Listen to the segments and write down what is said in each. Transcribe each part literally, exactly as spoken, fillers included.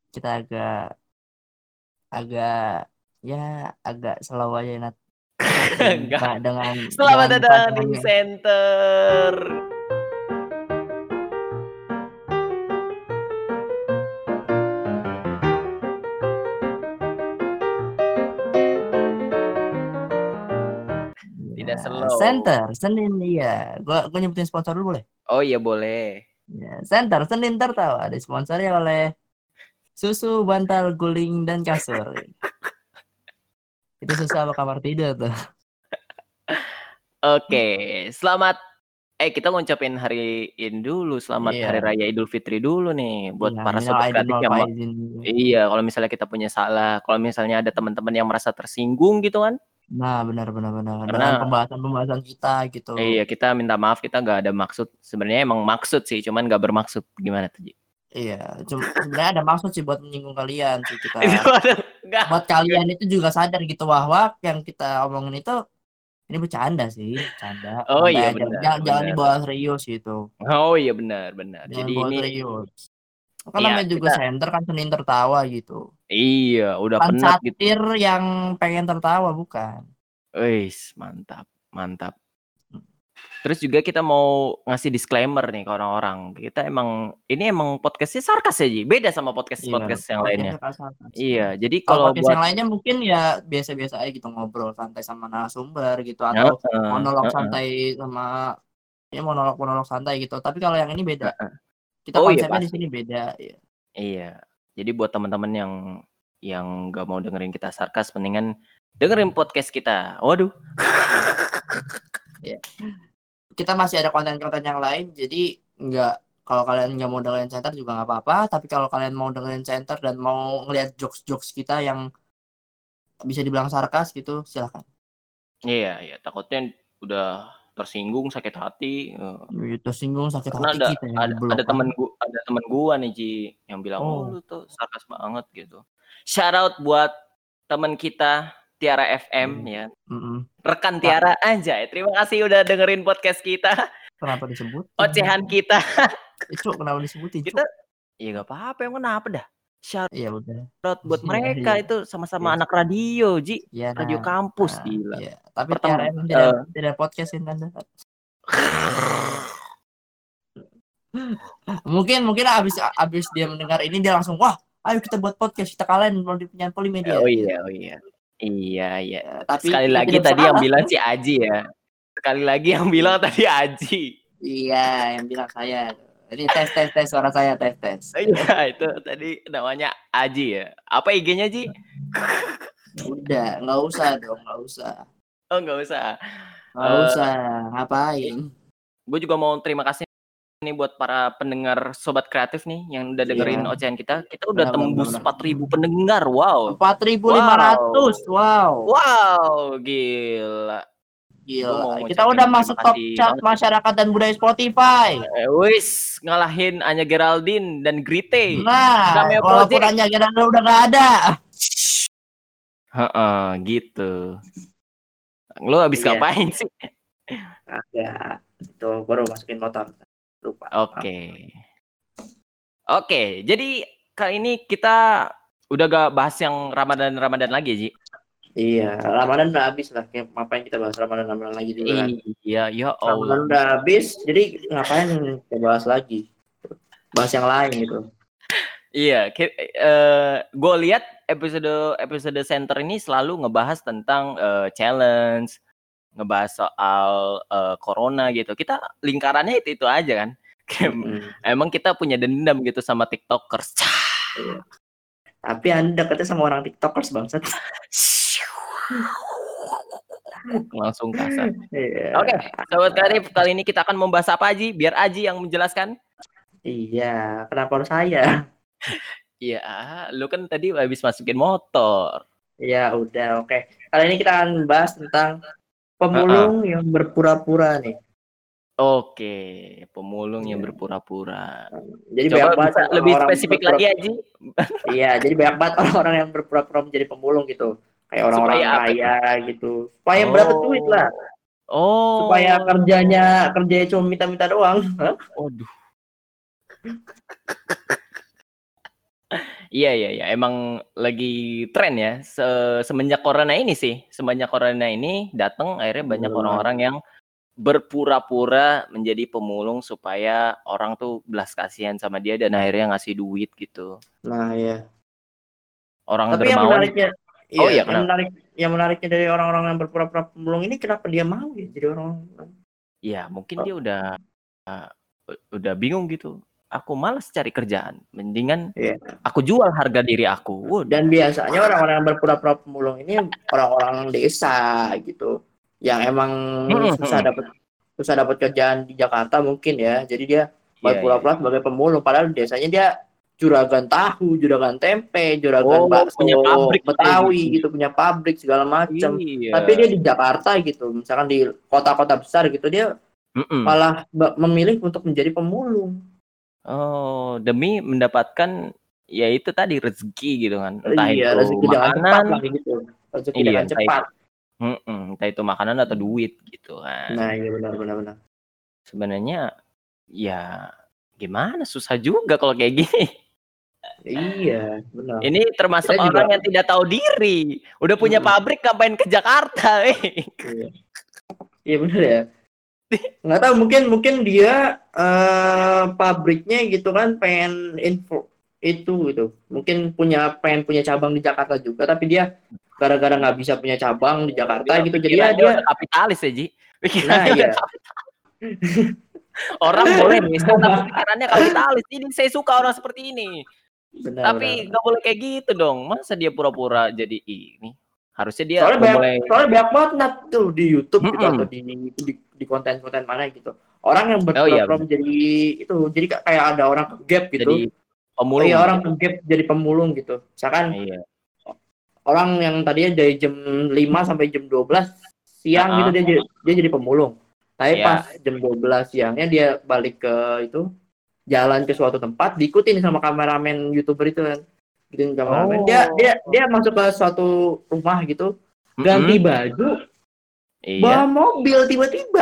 kita agak agak ya agak slow aja Nat. Enggak. Dengan, dengan Selamat jangan lupa datang di dengan Center. Tidak ya, slow. Center Senin iya. Gua gua nyebutin sponsor dulu boleh? Oh iya boleh. Ya, Center Senin tertawa disponsori oleh susu, bantal, guling, dan kasur. Itu susu apa kamar tidur tuh? Oke, selamat. Eh kita ngucapin hari ini dulu, selamat Hari Iya, Raya Idul Fitri dulu nih buat iya. para Minal sobat aidin kreatif wal yang ma- faizin. iya, kalau misalnya kita punya salah, kalau misalnya ada teman-teman yang merasa tersinggung gitu kan, Nah, benar benar benar. Dengan karena pembahasan-pembahasan kita gitu. iya kita minta maaf, kita nggak ada maksud, sebenarnya emang maksud sih, cuman nggak bermaksud. Gimana tuh Ji? Iya, cuma sebenarnya ada maksud sih buat menyinggung kalian sih kita. Itu ada nggak? Buat kalian itu juga sadar gitu bahwa yang kita omongin itu ini bercanda sih, bercanda. Oh Santai iya aja. benar, Jangan, jangan benar. dibawa serius gitu. Oh iya benar, benar. Jangan Jadi dibawa ini serius. Kan ya namanya juga kita center kan Senin tertawa gitu. iya udah Bukan penat gitu. satir yang pengen tertawa bukan. Wis, mantap, mantap. Terus juga kita mau ngasih disclaimer nih ke orang-orang. Kita emang ini emang podcastnya sarkas ya Ji. Beda sama podcast Iya, podcast yang lainnya. podcastnya kasar. Iya, jadi Kalau kalau podcast buat yang lainnya mungkin ya biasa-biasa aja gitu ngobrol santai sama narasumber gitu atau Heeh, monolog heeh, santai sama ya monolog-monolog santai gitu. Tapi kalau yang ini beda. heeh. Kita Oh iya konsepnya di pasti. sini beda. Ya. Iya. Jadi buat teman-teman yang yang nggak mau dengerin kita sarkas, mendingan dengerin podcast kita. Waduh. Ya. Kita masih ada konten-konten yang lain, jadi nggak kalau kalian nggak mau dengerin center juga nggak apa-apa. Tapi kalau kalian mau dengerin center dan mau ngelihat jokes-jokes kita yang bisa dibilang sarkas gitu, silahkan. Iya, iya. Takutnya udah tersinggung, sakit hati. eh. Tersinggung sakit Karena hati ada kita yang ada ada diblok kan. temen gua ada temen gua nih Ji yang bilang, "Oh, Oh, lu tuh sarkas banget," gitu. Shout out buat teman kita Tiara F M ya. mm-mm. Rekan Pak, Tiara anjay. Terima kasih udah dengerin podcast kita. kenapa disebutin? Ocehan kita. Itu kenapa disebutin, Kita Cuk? ya enggak apa-apa, emang kenapa dah. Shout Iya udah. out buat Iya, iya. mereka itu sama-sama Iya, anak radio, Ji. iya, nah, Radio kampus nah, gila. iya. Tapi Tiara Pertem emang tidak eh, tidak podcastin kan? Mungkin mungkin abis abis dia mendengar ini dia langsung wah ayo kita buat podcast kita kalian mau punya Polimedia oh gitu. iya, oh iya. Iya, iya. Ya, tapi Sekali kita lagi tidak bisa tadi yang kalah. bilang si Aji ya. Sekali lagi yang bilang tadi Aji. Iya, yang bilang saya. Ini tes tes tes suara saya tes tes. Iya, itu tadi namanya Aji ya. Apa I G-nya, Ji? Udah, nggak usah dong, nggak usah. Oh, nggak usah. Nggak Uh, usah, ngapain? gue juga mau terima kasih nih buat para pendengar sobat kreatif nih yang udah dengerin Iya. ocehan kita. Kita udah Benar, tembus benar, benar. empat ribu pendengar. Wow. empat ribu lima ratus. Wow. Wow, gila. Gua mau Gila. Kita ngucapin udah terima masuk top kasih chart banget. masyarakat dan budaya Spotify. Eh, wis ngalahin Anya Geraldine dan Grite. Nah, Cameo walaupun Project. Anya Geraldine udah nggak ada. Heeh, gitu. Lo habis Iya. ngapain sih? Ada. Itu baru masukin motor. Lupa. Oke. Oke, jadi kali ini kita udah gak bahas yang Ramadan-Ramadan lagi, Ji. Iya, Ramadan udah habis lah. Kayak ngapain kita bahas Ramadan Ramadan lagi juga kan? Iya, ya Ramadan Allah. udah habis, jadi ngapain kita bahas lagi? Bahas yang lain gitu. Iya, uh, gue lihat episode episode center ini selalu ngebahas tentang uh, challenge, ngebahas soal uh, corona gitu. Kita lingkarannya itu itu aja kan. Mm-hmm. Emang kita punya dendam gitu sama tiktokers. Iya. Tapi Anda dekatnya sama orang tiktokers bangsat. Langsung kasar. Yeah. Oke, okay, sobat kreatif, kali ini kita akan membahas apa Aji? Biar Aji yang menjelaskan. Iya, kenapa harus saya? Iya, lu kan tadi habis masukin motor. Ya udah, oke. Okay. Kali ini kita akan bahas tentang pemulung uh-uh. yang berpura-pura nih. Oke, pemulung yeah. yang berpura-pura. Jadi coba banyak banget bisa lebih spesifik lagi Aji. Iya, jadi banyak banget orang-orang yang berpura-pura menjadi pemulung gitu. Kayak orang-orang kaya gitu. Supaya oh. berdapat duit lah. Oh. Supaya kerjanya kerjanya cuma minta-minta doang. Waduh. Iya iya iya, emang lagi tren ya. Se- semenjak corona ini sih, semenjak corona ini datang akhirnya banyak Benar-benar. orang-orang yang berpura-pura menjadi pemulung supaya orang tuh belas kasihan sama dia dan akhirnya ngasih duit gitu. Nah ya. Orang Tapi yang dermawan. menariknya, Oh iya, iya yang kenapa? menarik, yang menariknya dari orang-orang yang berpura-pura pemulung ini kenapa dia mau ya jadi orang? Ya mungkin dia udah uh, udah bingung gitu. Aku malas cari kerjaan, mendingan Iya. aku jual harga diri aku. Waduh. Dan biasanya orang-orang yang berpura-pura pemulung ini orang-orang desa gitu, yang emang Mm-mm, susah mm-mm. dapat susah dapat kerjaan di Jakarta mungkin ya. Jadi dia Iya iya. berpura-pura sebagai pemulung, padahal biasanya dia juragan tahu, juragan tempe, juragan Oh bakso punya pabrik gitu ya Ji. Betawi gitu, punya pabrik segala macam. Tapi Iya. dia di Jakarta gitu, misalkan di kota-kota besar gitu, dia Mm-mm. malah memilih untuk menjadi pemulung. Oh demi mendapatkan ya itu tadi rezeki gitu kan, entah Iya, itu rezeki dengan cepat makanan, lah gitu. Rezeki iya dengan entah itu, cepat. mm-mm, entah itu makanan atau duit gitu kan. Nah, iya benar benar benar. Sebenarnya ya gimana, susah juga kalau kayak gini. Iya, benar. Ini termasuk Kita juga, orang yang tidak tahu diri. Udah punya mm, pabrik ngapain ke Jakarta, eh. iya, iya benar ya. Nggak tahu, mungkin mungkin dia eh, pabriknya gitu kan pengen info itu gitu. Mungkin punya pengen punya cabang di Jakarta juga, tapi dia gara-gara nggak bisa punya cabang di Oh, Jakarta dia gitu. Jadi ya pikirannya dia, udah kapitalis ya, Ji. nah Pikirannya udah iya, kapitalis. Orang boleh misal tapi pikirannya kapitalis. Ini saya suka orang seperti ini. benar benar. Tapi nggak boleh kayak gitu dong. Masa dia pura-pura jadi ini? Harusnya dia Soalnya banyak, memulai. soalnya banyak banget Nat, tuh di YouTube gitu atau Mm-mm. di di, di konten-konten mana gitu. Orang yang Oh iya berpura-pura benar. menjadi itu, jadi kayak ada orang ke gap gitu. Jadi Oh iya, pemulung orang gitu. ke gap jadi pemulung gitu. Misalkan Iya. orang yang tadinya dari jam lima sampai jam dua belas siang gitu Heeh. dia jadi, dia jadi pemulung. Tapi pas Ya. jam dua belas siangnya dia balik ke itu, jalan ke suatu tempat, diikutin sama kameramen YouTuber itu kan. Ikutin kameramen. Dia Oh. dia dia masuk ke suatu rumah gitu, ganti Mm-mm. baju, bawa Iya. mobil tiba-tiba.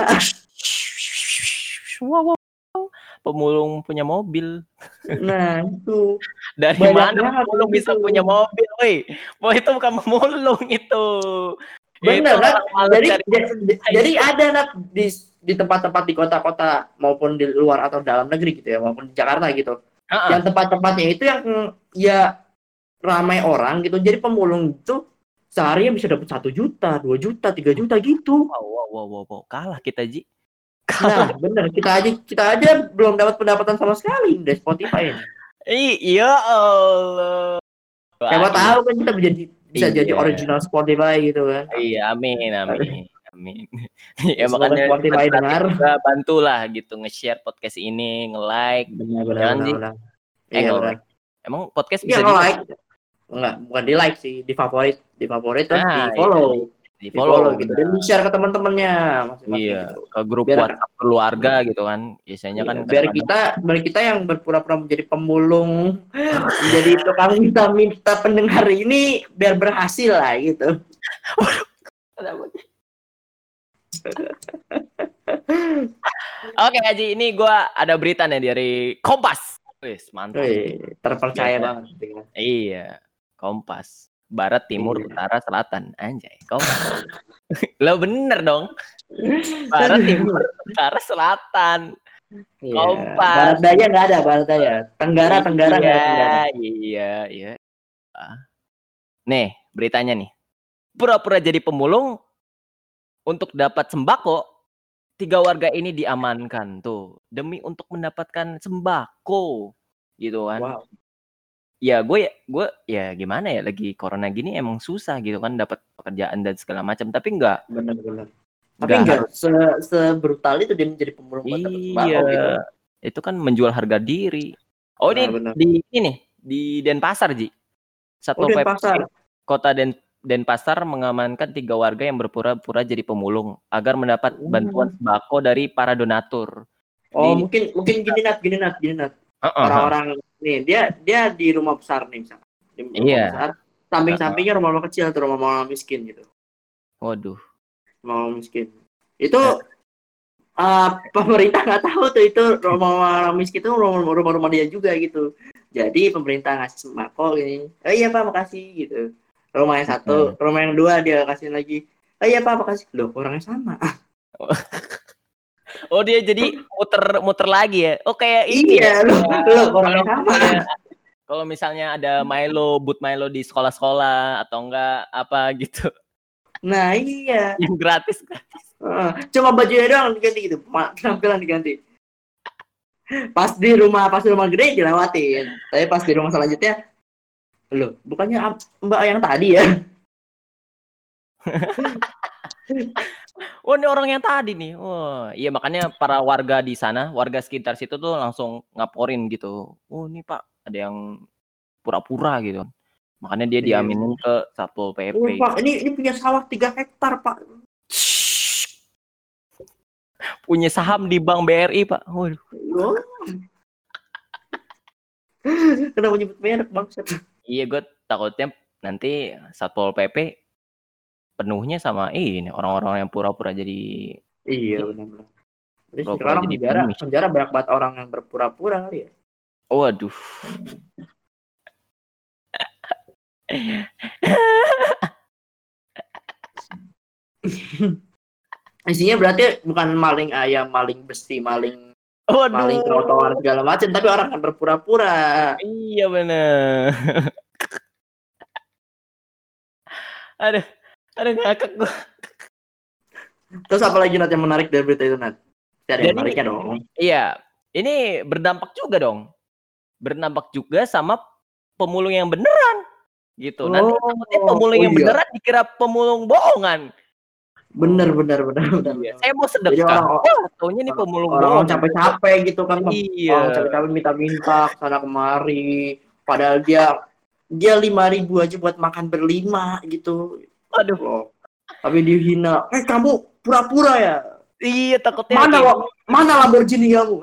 Wow, wow. Pemulung punya mobil. Nah, itu Dari banyak mana banget pemulung gitu. bisa punya mobil, woi? Wah itu bukan pemulung itu. Itu Bener, Nat. orang malas Jadi cari j- j- kerja jadi itu. ada Nat di di tempat-tempat di kota-kota maupun di luar atau dalam negeri gitu ya, maupun di Jakarta gitu. Heeh. Yang tempat-tempatnya itu yang ya ramai orang gitu. Jadi pemulung itu sehari bisa dapat satu juta, dua juta, tiga juta gitu. Wow, wow, wow, wow, wow. Kalah kita, Ji. Nah, Kalah. bener, kita aja kita aja belum dapat pendapatan sama sekali dari Spotify ini. Iya Allah. Siapa Waduh. tahu kan kita menjadi bisa jadi Iya. original Spotify gitu kan. Iya, amin, amin, amin. Ya Semoga makanya Spotify hati-hati dengar. juga, bantulah gitu nge-share podcast ini, nge-like. Benar benar Jangan benar Ji, benar. eh Iya benar. nge-like. Emang podcast Iya bisa di-like? nge-like. Enggak, bukan di like sih, di favorit, di favorit terus Ah, di iya, di, follow, di di follow follow. gitu dan di share ke teman-temannya masing-masing Iya, gitu. ke grup Biar WhatsApp keluarga gitu kan. Biasanya iya, kan biar kadang-kadang kita biar kita yang berpura-pura menjadi pemulung, menjadi tukang minta-minta pendengar ini biar berhasil lah gitu. Oke, Haji, ini gua ada berita nih dari Kompas. Wis, mantap. Wih, terpercaya Biasa. banget gitu ya. Iya, Kompas. Barat, timur, Iya. utara, selatan. Anjay, Kompas. Lo bener dong. Barat, timur, utara, selatan. Iya. Kompas. Barat daya nggak ada, barat daya. Tenggara, tenggara nggak ada tenggara. Iya, iya. Nih, beritanya nih. Pura-pura jadi pemulung untuk dapat sembako. Tiga warga ini diamankan tuh demi untuk mendapatkan sembako, gitu kan? Wow. Ya gue, gue ya gimana ya, lagi corona gini emang susah gitu kan dapat pekerjaan dan segala macam. Tapi enggak. Benar-benar. Tapi enggak se sebrutal itu dia menjadi pemulung buat dapat sembako Iya, gitu. itu kan menjual harga diri. Oh Nah, ini benar. di ini di Denpasar, Ji. Oh, Satpol P P Denpasar. Kota Den Denpasar mengamankan tiga warga yang berpura-pura jadi pemulung agar mendapat bantuan sembako dari para donatur. Oh, Di, mungkin mungkin gini Nat, gini Nat, gini Nat. uh-uh. Orang-orang nih, dia dia di rumah besar nih misalnya. Di rumah Iya. besar, samping-sampingnya rumah-rumah kecil atau rumah-rumah miskin gitu. Waduh. Rumah miskin. Itu uh, pemerintah nggak tahu tuh itu rumah-rumah miskin itu rumah-rumah dia juga gitu. Jadi pemerintah ngasih sembako gini. Oh iya Pak, makasih gitu. Rumah yang satu, hmm. rumah yang dua dia kasih lagi. Oh iya Pak, makasih. Loh, orangnya sama. Oh dia jadi muter-muter lagi ya. Oh kayak ini iya, ya. Loh, loh orangnya sama. Kalau misalnya ada Milo, but Milo di sekolah-sekolah atau enggak apa gitu. Nah iya. Yang gratis gratis. Uh, cuma bajunya doang diganti gitu, penampilan diganti. Pas di rumah, pas di rumah gede dilewatin. Tapi pas di rumah selanjutnya, loh, bukannya Mbak yang tadi ya? Oh ini orang yang tadi nih. Oh iya makanya para warga di sana, warga sekitar situ tuh langsung ngaporin gitu. Oh ini Pak ada yang pura-pura gitu. Makanya dia diaminin iya. ke Satpol P P. Oh, Pak, ini ini punya sawah tiga hektar Pak. Punya saham di Bank B R I Pak. Waduh. Oh. Kenapa nyebut merek Bang? Iya gue takutnya nanti Satpol P P penuhnya sama ini orang-orang yang pura-pura jadi. Iya benar-benar. Jadi sekarang penjara, penjara banyak banget orang yang berpura-pura kali ya. Waduh. Isinya berarti bukan maling ayam, maling besi, maling Waduh. maling trotoar segala macam, tapi orang yang berpura-pura. Iya benar. Aduh, aduh ngakak gua. Terus apa lagi Nat yang menarik dari berita itu Nat? Ada yang menariknya dong. Iya, ini berdampak juga dong. Berdampak juga sama pemulung yang beneran. Gitu. Oh, nanti takutnya pemulung oh, yang iya. beneran dikira pemulung bohongan. Bener, bener, bener, bener. Iya. Saya mau sedekah. Oh, taunya nih pemulung orang bohongan. Orang capek-capek gitu kan. Iya. Orang capek-capek minta-minta sana kemari. Padahal dia dia lima ribu aja buat makan berlima gitu. Aduh. Loh. Tapi dihina. Eh kamu pura-pura ya? Iya takutnya. Mana kayak... mana Lamborghini kamu?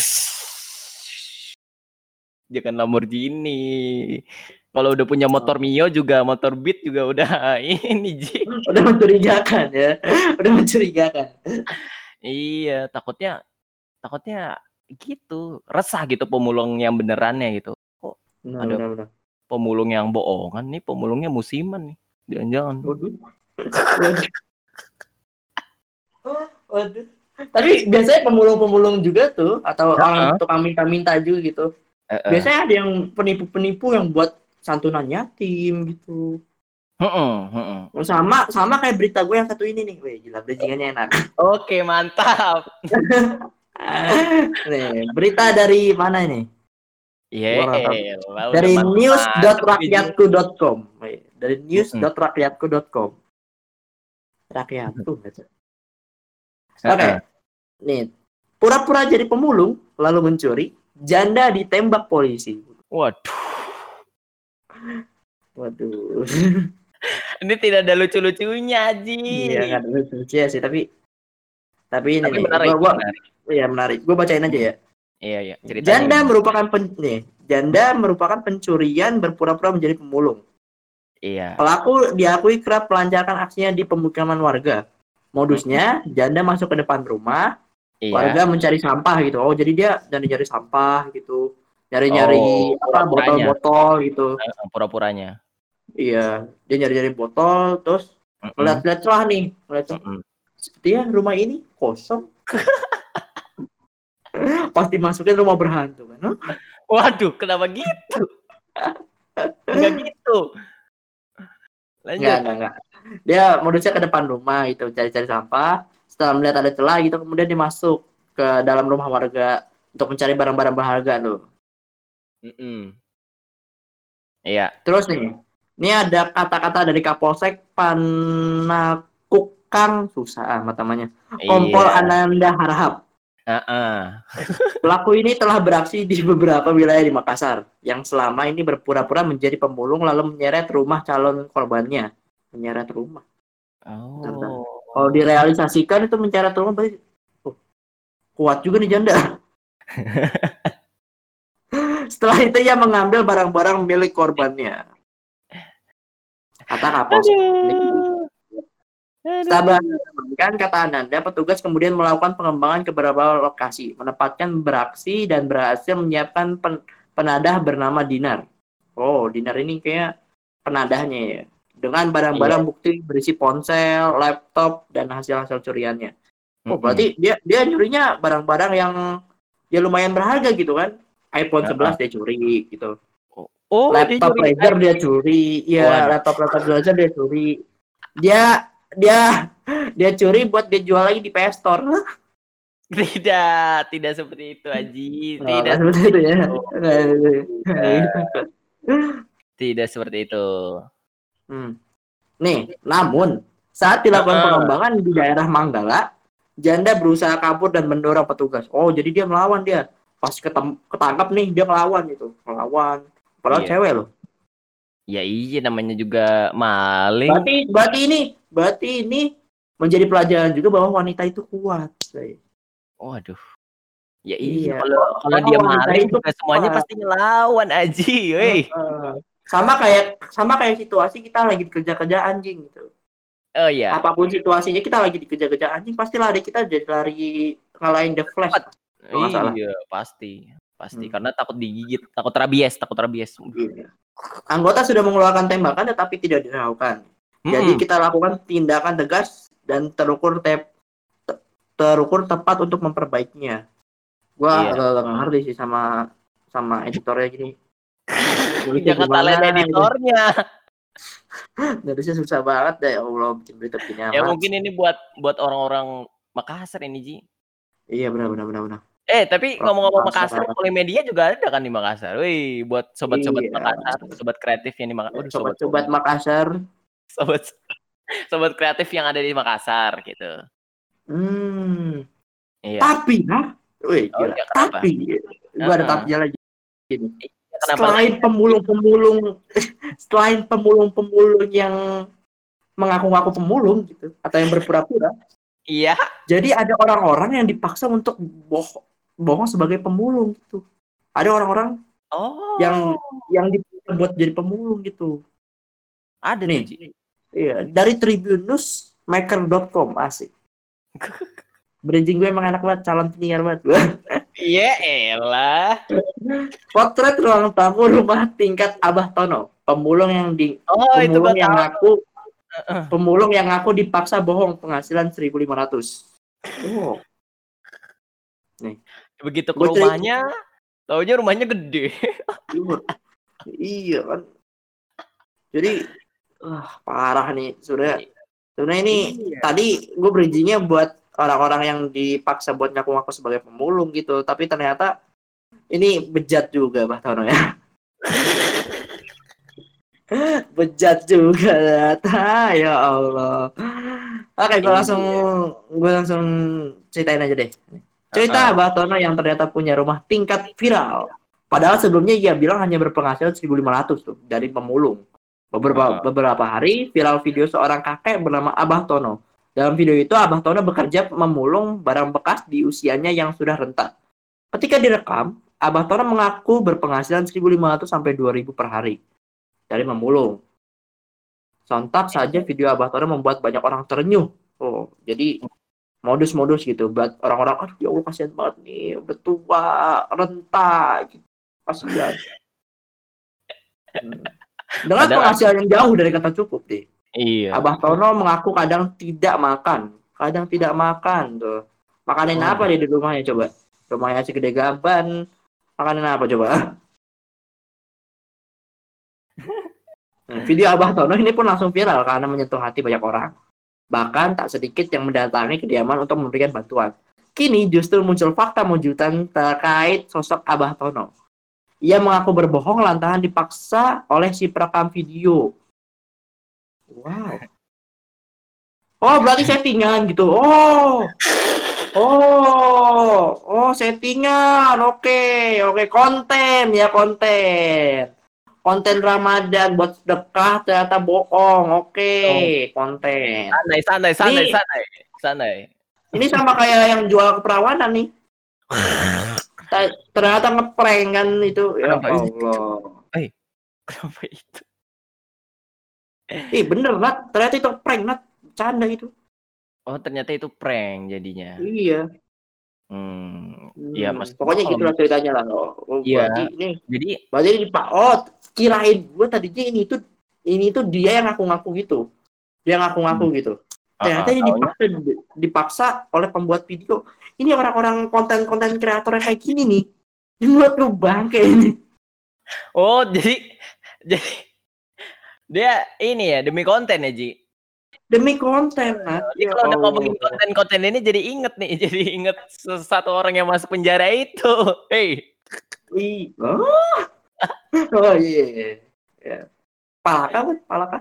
Jangan Lamborghini. Kalau udah punya motor Mio juga, motor Beat juga udah ini Ji. Udah mencurigakan ya. Udah mencurigakan. Iya, takutnya takutnya gitu. Resah gitu pemulung yang benerannya gitu. Kok nah, ada bener, bener. pemulung yang bohongan nih, pemulungnya musiman nih. Jangan-jangan. Waduh. Waduh. Tapi biasanya pemulung-pemulung juga tuh atau uh-huh. orang tukang minta-minta juga gitu. Uh-uh. Biasanya ada yang penipu-penipu yang buat santunan yatim gitu. Heeh, heeh. Sama sama kayak berita gue yang satu ini nih. Wih, gila bridgingannya enak. Oke, mantap. Nih, berita dari mana ini? Iya, yeah, dari news dot rakyatku dot com. Dari news dot rakyatku dot com. Rakyatku baca. Oke. Okay. Nih, pura-pura jadi pemulung lalu mencuri, janda ditembak polisi. Waduh. Waduh. Ini tidak ada lucu-lucunya, Ji. Iya, enggak ada lucu-lucunya sih, tapi tapi ini tapi nih. Menarik, gua, menarik. Iya, menarik. Gue bacain aja ya. Iya, iya. Ceritanya janda ini. merupakan pen, nih, janda merupakan pencurian berpura-pura menjadi pemulung. Iya. Pelaku diakui kerap melancarkan aksinya di pemukiman warga. Modusnya, janda masuk ke depan rumah, iya. warga mencari sampah gitu. Oh, jadi dia nyari-nyari sampah gitu. Nyari-nyari oh, apa botol-botol gitu. Pura-puranya. Iya, dia nyari-nyari botol terus mm-mm. ngeliat-liat celah nih, ngeliat sepertinya rumah ini kosong. Pasti masukin rumah berhantu kan. Huh? Waduh, kenapa gitu? Enggak gitu. Lanjut. Enggak, enggak, enggak. Dia modusnya ke depan rumah gitu, cari-cari sampah. Setelah melihat ada celah gitu, kemudian dia masuk ke dalam rumah warga untuk mencari barang-barang berharga tuh. Mm-mm. Iya. Terus nih, ini ada kata-kata dari Kapolsek Panakukang, susah amat namanya. Kompol iya. Ananda Harahap. Uh-uh. Pelaku ini telah beraksi di beberapa wilayah di Makassar yang selama ini berpura-pura menjadi pemulung lalu menyeret rumah calon korbannya. Menyeret rumah. Oh. Kalau direalisasikan itu menyeret rumah berarti oh, kuat juga nih janda. Setelah itu ia mengambil barang-barang milik korbannya. Kata Kapolsek. Sabar, kan kata Ananda, petugas kemudian melakukan pengembangan ke beberapa lokasi, menempatkan beraksi dan berhasil menyiapkan pen- penadah bernama Dinar. Oh, Dinar ini kayak penadahnya ya. Dengan barang-barang Iya. bukti berisi ponsel, laptop, dan hasil-hasil curiannya. Oh, Mm-mm. berarti dia dia nyurinya barang-barang yang ya lumayan berharga gitu kan. iPhone Heeh. sebelas dia curi gitu. Oh, oh, dia Laptop nyuri Razer dia iPhone. curi. Ya, Waduh. laptop laptop Razer dia curi. Dia dia dia curi buat dia jual lagi di P S Store. Tidak, tidak seperti itu, Aji. Oh, Tidak nggak seperti itu ya. itu. Nggak, nggak, Tidak, gitu. tidak seperti itu. Hmm. Nih, namun saat dilakukan Heeh. pengembangan di daerah Manggala, janda berusaha kabur dan mendorong petugas. Oh, jadi dia melawan dia. Pas ketem- ketangkap nih, dia melawan gitu. Melawan. Padahal Iya. cewek loh. Ya iya, namanya juga maling. Berarti, berarti ini, berarti ini menjadi pelajaran juga bahwa wanita itu kuat. Say. Waduh. Ya iya, Iya. kalau kalau Karena dia wanita maling itu juga semuanya kuat. pasti ngelawan, Aji. Weh. Heeh. Sama kayak sama kayak situasi kita lagi dikejar-kejar anjing gitu. Oh iya. Apapun situasinya kita lagi dikejar-kejar anjing, pasti lari kita jadi lari ngalahin The Flash. Cepat. Kalau nggak salah. Iya, pasti. Pasti Hmm. karena takut digigit, takut rabies, takut rabies. Iya. Anggota sudah mengeluarkan tembakan tetapi tidak dihiraukan. Jadi Mm-mm. kita lakukan tindakan tegas dan terukur te- te- terukur tepat untuk memperbaikinya. Gua Iya. agak nggak ngerti sih sama sama editornya gini. Nulisnya Jangan salahin gimana gitu. editornya. Nulisnya susah banget deh, ya Allah, bikin berita begini Ya amat. mungkin ini buat buat orang-orang Makassar ini, Ji. Iya benar benar benar benar. Eh, tapi Orang ngomong-ngomong Makassar. Makassar, Polimedia juga ada kan di Makassar. Wih, buat sobat-sobat Iya. Makassar, sobat kreatif yang di Makassar. Waduh, sobat Sobat-sobat Makassar. sobat sobat kreatif yang ada di Makassar gitu. Hmm. Iya. Tapi, nah, wih, Oh, gila. iya, kenapa? Tapi, gua ada Heeh. tapinya lagi. Gini. Iya, kenapa Selain lagi? pemulung-pemulung, selain pemulung-pemulung yang mengaku-ngaku pemulung gitu, atau yang berpura-pura, Iya. jadi ada orang-orang yang dipaksa untuk bohong, bohong sebagai pemulung gitu. Ada orang-orang Oh. yang yang dipaksa buat jadi pemulung gitu. Ada Nih, tuh, Ji. iya, dari tribunnews.maker dot com, asik. Bridging gue emang enak banget, calon penyiar banget. Iya, elah. Potret ruang tamu rumah tingkat Abah Tono. Pemulung yang di Oh, itu pemulung gua yang tahu. ngaku pemulung yang ngaku dipaksa bohong penghasilan seribu lima ratus. Oh. Nih. Begitu ke Gua rumahnya, taunya rumahnya gede. Iya kan. Jadi wah, parah nih. Sudah sebenarnya ini Iya. tadi gue bridgingnya buat orang-orang yang dipaksa buat ngaku-ngaku sebagai pemulung gitu, tapi ternyata ini bejat juga Bah Tono ya. Bejat juga ternyata, ya Allah. Oke, gue langsung gue langsung ceritain aja deh. Cerita Uh-uh. Bah Tono yang ternyata punya rumah tingkat viral. Padahal sebelumnya ia bilang hanya berpenghasilan seribu lima ratus tuh dari pemulung. Beberapa Uh-uh. beberapa hari viral video seorang kakek bernama Abah Tono. Dalam video itu Abah Tono bekerja memulung barang bekas di usianya yang sudah renta. Ketika direkam, Abah Tono mengaku berpenghasilan seribu lima ratus sampai dua ribu per hari dari memulung. Sontak saja video Abah Tono membuat banyak orang terenyuh. Oh, jadi modus-modus gitu buat orang-orang, aduh ya Allah kasihan banget nih, udah tua, renta gitu. Kasihan. Hmm. Dengan Padahal penghasilan yang jauh dari kata cukup deh. iya. Abah Tono mengaku kadang tidak makan, kadang tidak makan tuh. Makanin Oh. apa dia di rumahnya coba? Rumahnya segede gaban, makanin apa coba? Hmm, video Abah Tono ini pun langsung viral karena menyentuh hati banyak orang. Bahkan tak sedikit yang mendatangi kediaman untuk memberikan bantuan. Kini justru muncul fakta mojudan terkait sosok Abah Tono. Ia mengaku berbohong lantaran dipaksa oleh si perekam video. Wow. Oh, berarti settingan gitu. Oh. Oh. Oh, settingan. Oke, oke, konten ya, konten. Konten Ramadan buat sedekah ternyata bohong. Oke, konten. Santai, santai, santai, Ini, santai, santai. ini sama kayak yang jual keperawanan nih. Ternyata ngeprank kan itu. Ya Kenapa Allah. itu? Eh, kenapa itu? Eh bener Nat, ternyata itu prank Nat, canda itu. Oh ternyata itu prank jadinya. Iya. Hmm, ya Hmm, maksud gua pokoknya kalau gitu lah ceritanya lah. Oh, oh, iya, berarti ini, jadi berarti di Pak. Oh, kirain gue tadinya ini tuh, ini tuh dia yang ngaku-ngaku gitu. Dia ngaku-ngaku hmm, gitu. heeh, Ternyata ini taunya dipaksa, dipaksa oleh pembuat video. Ini orang-orang konten-konten kreator yang kayak gini nih. Ini buat lu bangke ini. oh jadi jadi dia ini ya demi konten ya, Ji? Demi konten, Nat. Jadi Ya kalau udah Allah. ngomongin konten-konten ini jadi inget nih, jadi inget satu orang yang masuk penjara itu. Hei. Ih, oh, oh iya. Ya. Palaka kan, palaka.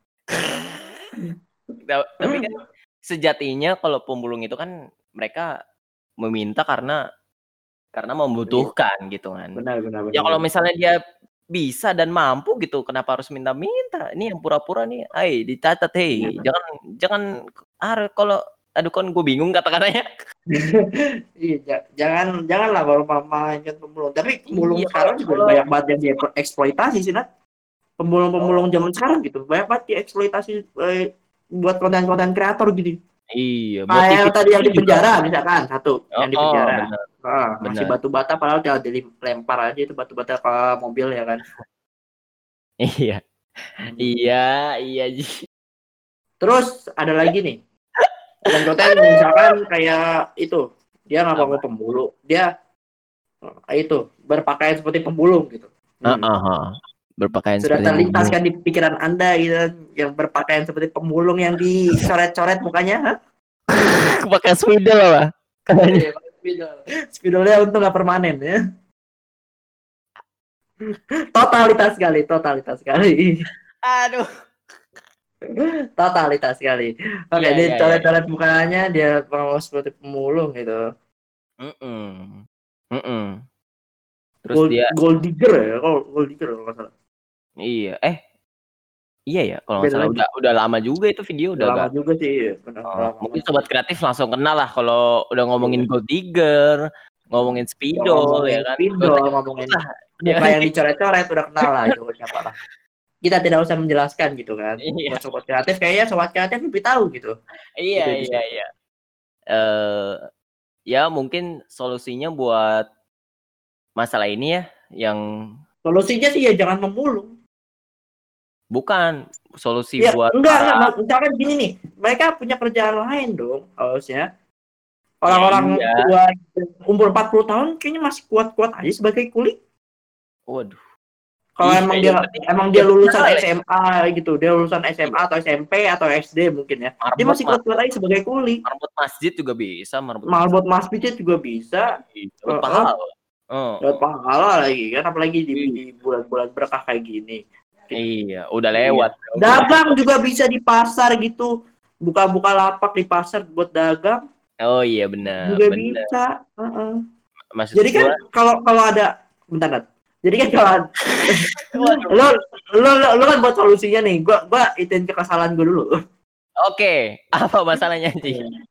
Ta- Tapi kan sejatinya kalau pemulung itu kan mereka meminta karena karena membutuhkan gitu kan. Benar, benar, Ya benar, kalau benar. misalnya dia bisa dan mampu gitu, kenapa harus minta-minta? Ini yang pura-pura nih, "Hai, dicatat hei, Iya. jangan jangan ah kalau aduh kan gue bingung kata-katanya." Iya, ja- jangan janganlah baru mainkan pemulung. Tapi pemulung Iya, kalau sekarang juga kalau banyak banget yang dieksploitasi sih, Nat. Pemulung-pemulung zaman sekarang gitu, banyak banget dieksploitasi eh, buat konten-konten kreator gitu. iya, buat Kayak T V yang tadi yang di juga. penjara misalkan satu, yang di Oh, penjara. benar, Ah, ngasih benar. batu bata padahal tinggal dilempar aja itu batu bata ke mobil ya kan. Iya, Hmm. iya, iya, Ji. Terus ada lagi nih, konten-konten misalkan kayak itu, dia nggak Apa? mau pemulung, dia eh, itu berpakaian seperti pemulung gitu. Heeh, Hmm. heeh. Berpakaian Sudah seperti pemulung. terlintaskan di pikiran Anda gitu, yang berpakaian seperti pemulung yang dicoret-coret mukanya, hah? Pakai spidol lah. Iya, pakai spidol. Spidolnya untung nggak permanen ya. Totalitas sekali, totalitas sekali. Aduh. Totalitas sekali. Oke, Iya, dia iya, iya, iya. coret-coret mukanya, dia mau seperti pemulung gitu. Mhm. Mhm. Terus Gold, dia gold digger ya, oh, gold digger kalau nggak salah. iya, eh iya ya kalau nggak Beda salah lagi. udah udah lama juga itu video Udah udah lama agak juga sih, benar oh, lama mungkin banget sobat sih. kreatif langsung kenal lah kalau udah ngomongin Iya. gold digger, ngomongin Udah spidol ya ngomongin kan. Gak usah spidol, disebut ngomongin lah. Ya muka kan? yang dicoret-coret udah kenal lah itu siapa lah. Kita tidak usah menjelaskan gitu kan. Iya. Buat sobat kreatif kayaknya sobat kreatif lebih tahu gitu. Iya, Itu itu iya, siapa. iya. Eh ya mungkin solusinya buat masalah ini ya yang Solusinya sih ya jangan memulung. bukan solusi Ya buat enggak para enggak, misalkan gini nih, mereka punya kerjaan lain dong harusnya. ya Orang-orang iya. tua umur empat puluh tahun kayaknya masih kuat-kuat aja sebagai kuli. Waduh. Kalau Iya emang ya dia berarti emang ya dia lulusan benar ya. S M A gitu, dia lulusan S M Iya. A atau S M P atau S D mungkin ya. Dia Marbot masih mah kuat-kuat aja sebagai kuli. marbot masjid juga bisa, marbot Mal masjid. buat mas pijit juga bisa. Iya, dapat Heeh. pahala. Oh, Dapat pahala lagi kan, apalagi di, iya. di bulan-bulan berkah kayak gini. Iya, udah Iya. lewat. Udah Dagang lewat. juga bisa di pasar gitu. Buka-buka lapak di pasar buat dagang Oh iya benar, juga benar. bisa. Heeh. Maksud Jadi kan gua, kalau kalau ada bentar, Nat. Jadi kan kalau ada- waduh. lo, lo lo lo kan buat solusinya nih. Gua gua ituin kesalahan gue dulu. Oke, apa masalahnya, Ji?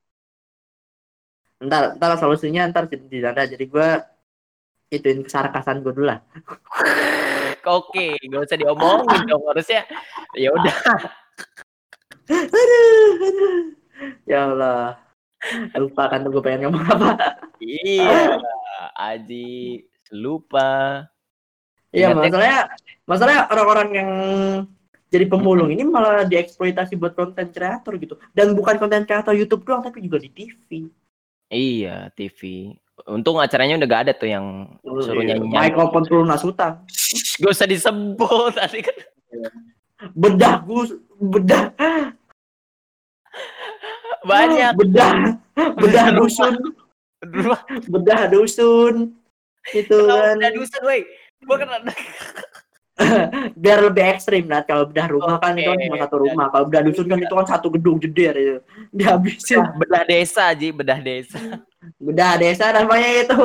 Ntar ntar solusinya ntar di di sana. Jadi gue ituin kesarkasan gue dulu lah. Oke, gak usah diomongin dong harusnya. Ya udah. Aduh, aduh. Ya Allah. Lupa kan gue pengen ngomong apa. Iya, Aji lupa. Iya, Ingatnya masalahnya masalahnya orang-orang yang jadi pemulung ini malah dieksploitasi buat konten kreator gitu. Dan bukan konten kreator YouTube doang, tapi juga di T V. iya, T V. Untung acaranya udah gak ada tuh yang suruh Iya. nyanyi-nyanyi. Michael Pelunas Hutang. Gak usah disebut tadi kan. Bedah gus, bedah, Banyak. bedah, bedah dusun, Rumah. bedah dusun, itu Kenapa kan. udah dusun, woi? Gua kena. Biar lebih ekstrim lah. Kalau bedah rumah kan itu kan Oke, cuma satu bedah rumah. Kalau bedah dusun kan itu kan satu gedung jeder itu. Dihabisin. Bedah, bedah desa, Ji, bedah desa. Bedah desa namanya itu.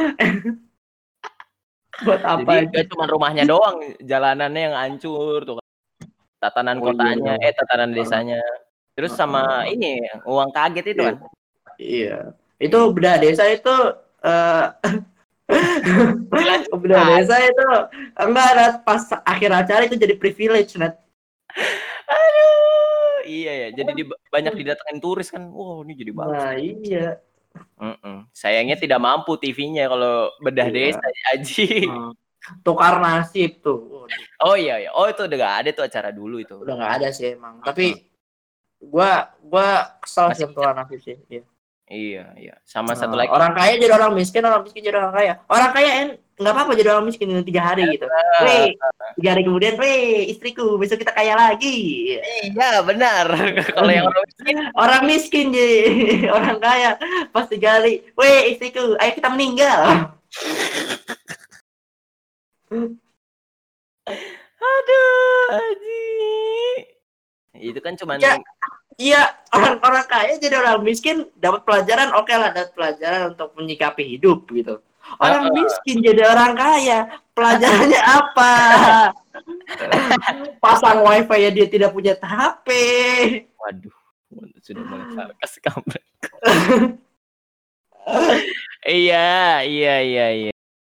Buat apa Jadi itu? gak cuma rumahnya doang, jalanannya yang hancur tuh kan. Tatanan Oh, kotanya, iya. eh tatanan desanya. Terus sama Uh, ini uang kaget itu kan. iya. Itu bedah desa itu uh, bedah Ah, desa itu enggak, Nat, pas akhir acara itu jadi privilege, Nat. aduh, iya ya. Jadi di, banyak didatengin turis kan. Wow, ini jadi bagus. Nah, iya. Mm-mm. Sayangnya tidak mampu T V-nya kalau bedah Iya. desa, Aji. Hmm. Tukar nasib tuh. Oh iya ya. Oh itu udah gak ada tuh acara dulu itu. Udah nggak ada sih emang. Uh-uh. Tapi gua gua kesal Masih sih tukar nasib sih. Iya. Iya, iya. Sama Nah, satu lagi. orang kaya jadi orang miskin, orang miskin jadi orang kaya. Orang kaya en nggak apa-apa jadi orang miskin dengan tiga hari gitu. Weh, tiga hari kemudian, weh, istriku, besok kita kaya lagi. Iya, benar. Kalau yang orang miskin, orang miskin jadi orang kaya pas tiga hari, weh, istriku, ayo kita meninggal. aduh, Aji. Itu kan cuma ya, iya, orang-orang kaya jadi orang miskin dapat pelajaran, oke okay lah, dapat pelajaran untuk menyikapi hidup gitu. Orang uh-uh. miskin jadi orang kaya, pelajarannya apa? Pasang wifi ya dia tidak punya H P. Waduh, sudah mulai sarkas kamu. iya, iya, iya, iya.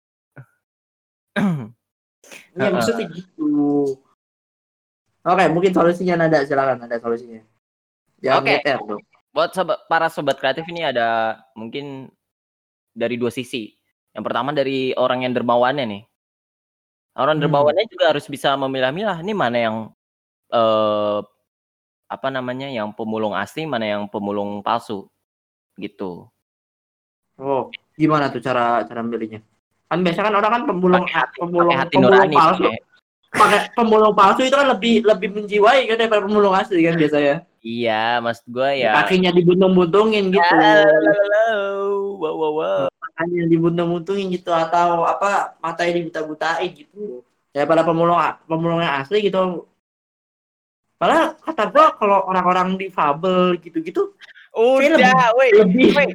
Ya maksudnya gitu. Oke, mungkin solusinya ada, silakan ada solusinya. Oke. Okay. Buat sobat, para sobat kreatif ini ada mungkin dari dua sisi. Yang pertama dari orang yang dermawannya nih. Orang hmm. dermawannya juga harus bisa memilah-milah. Ini mana yang eh, apa namanya, yang pemulung asli, mana yang pemulung palsu, gitu. Oh, gimana tuh cara cara milihnya? Kan biasa kan orang kan pemulung pake hati, pemulung, hati pemulung nurani, palsu. Pakai pemulung palsu itu kan lebih lebih menjiwai kan daripada pemulung asli kan biasanya. Iya, maksud gue ya. Kakinya dibuntung-buntungin gitu. Wow, wow, wow. Kakinya dibuntung-buntungin gitu, atau apa, matanya dibuta-butain gitu. Daripada pemulung pemulung yang asli gitu. Padahal kata gue kalau orang-orang difabel gitu-gitu, udah, wait, lebih wait.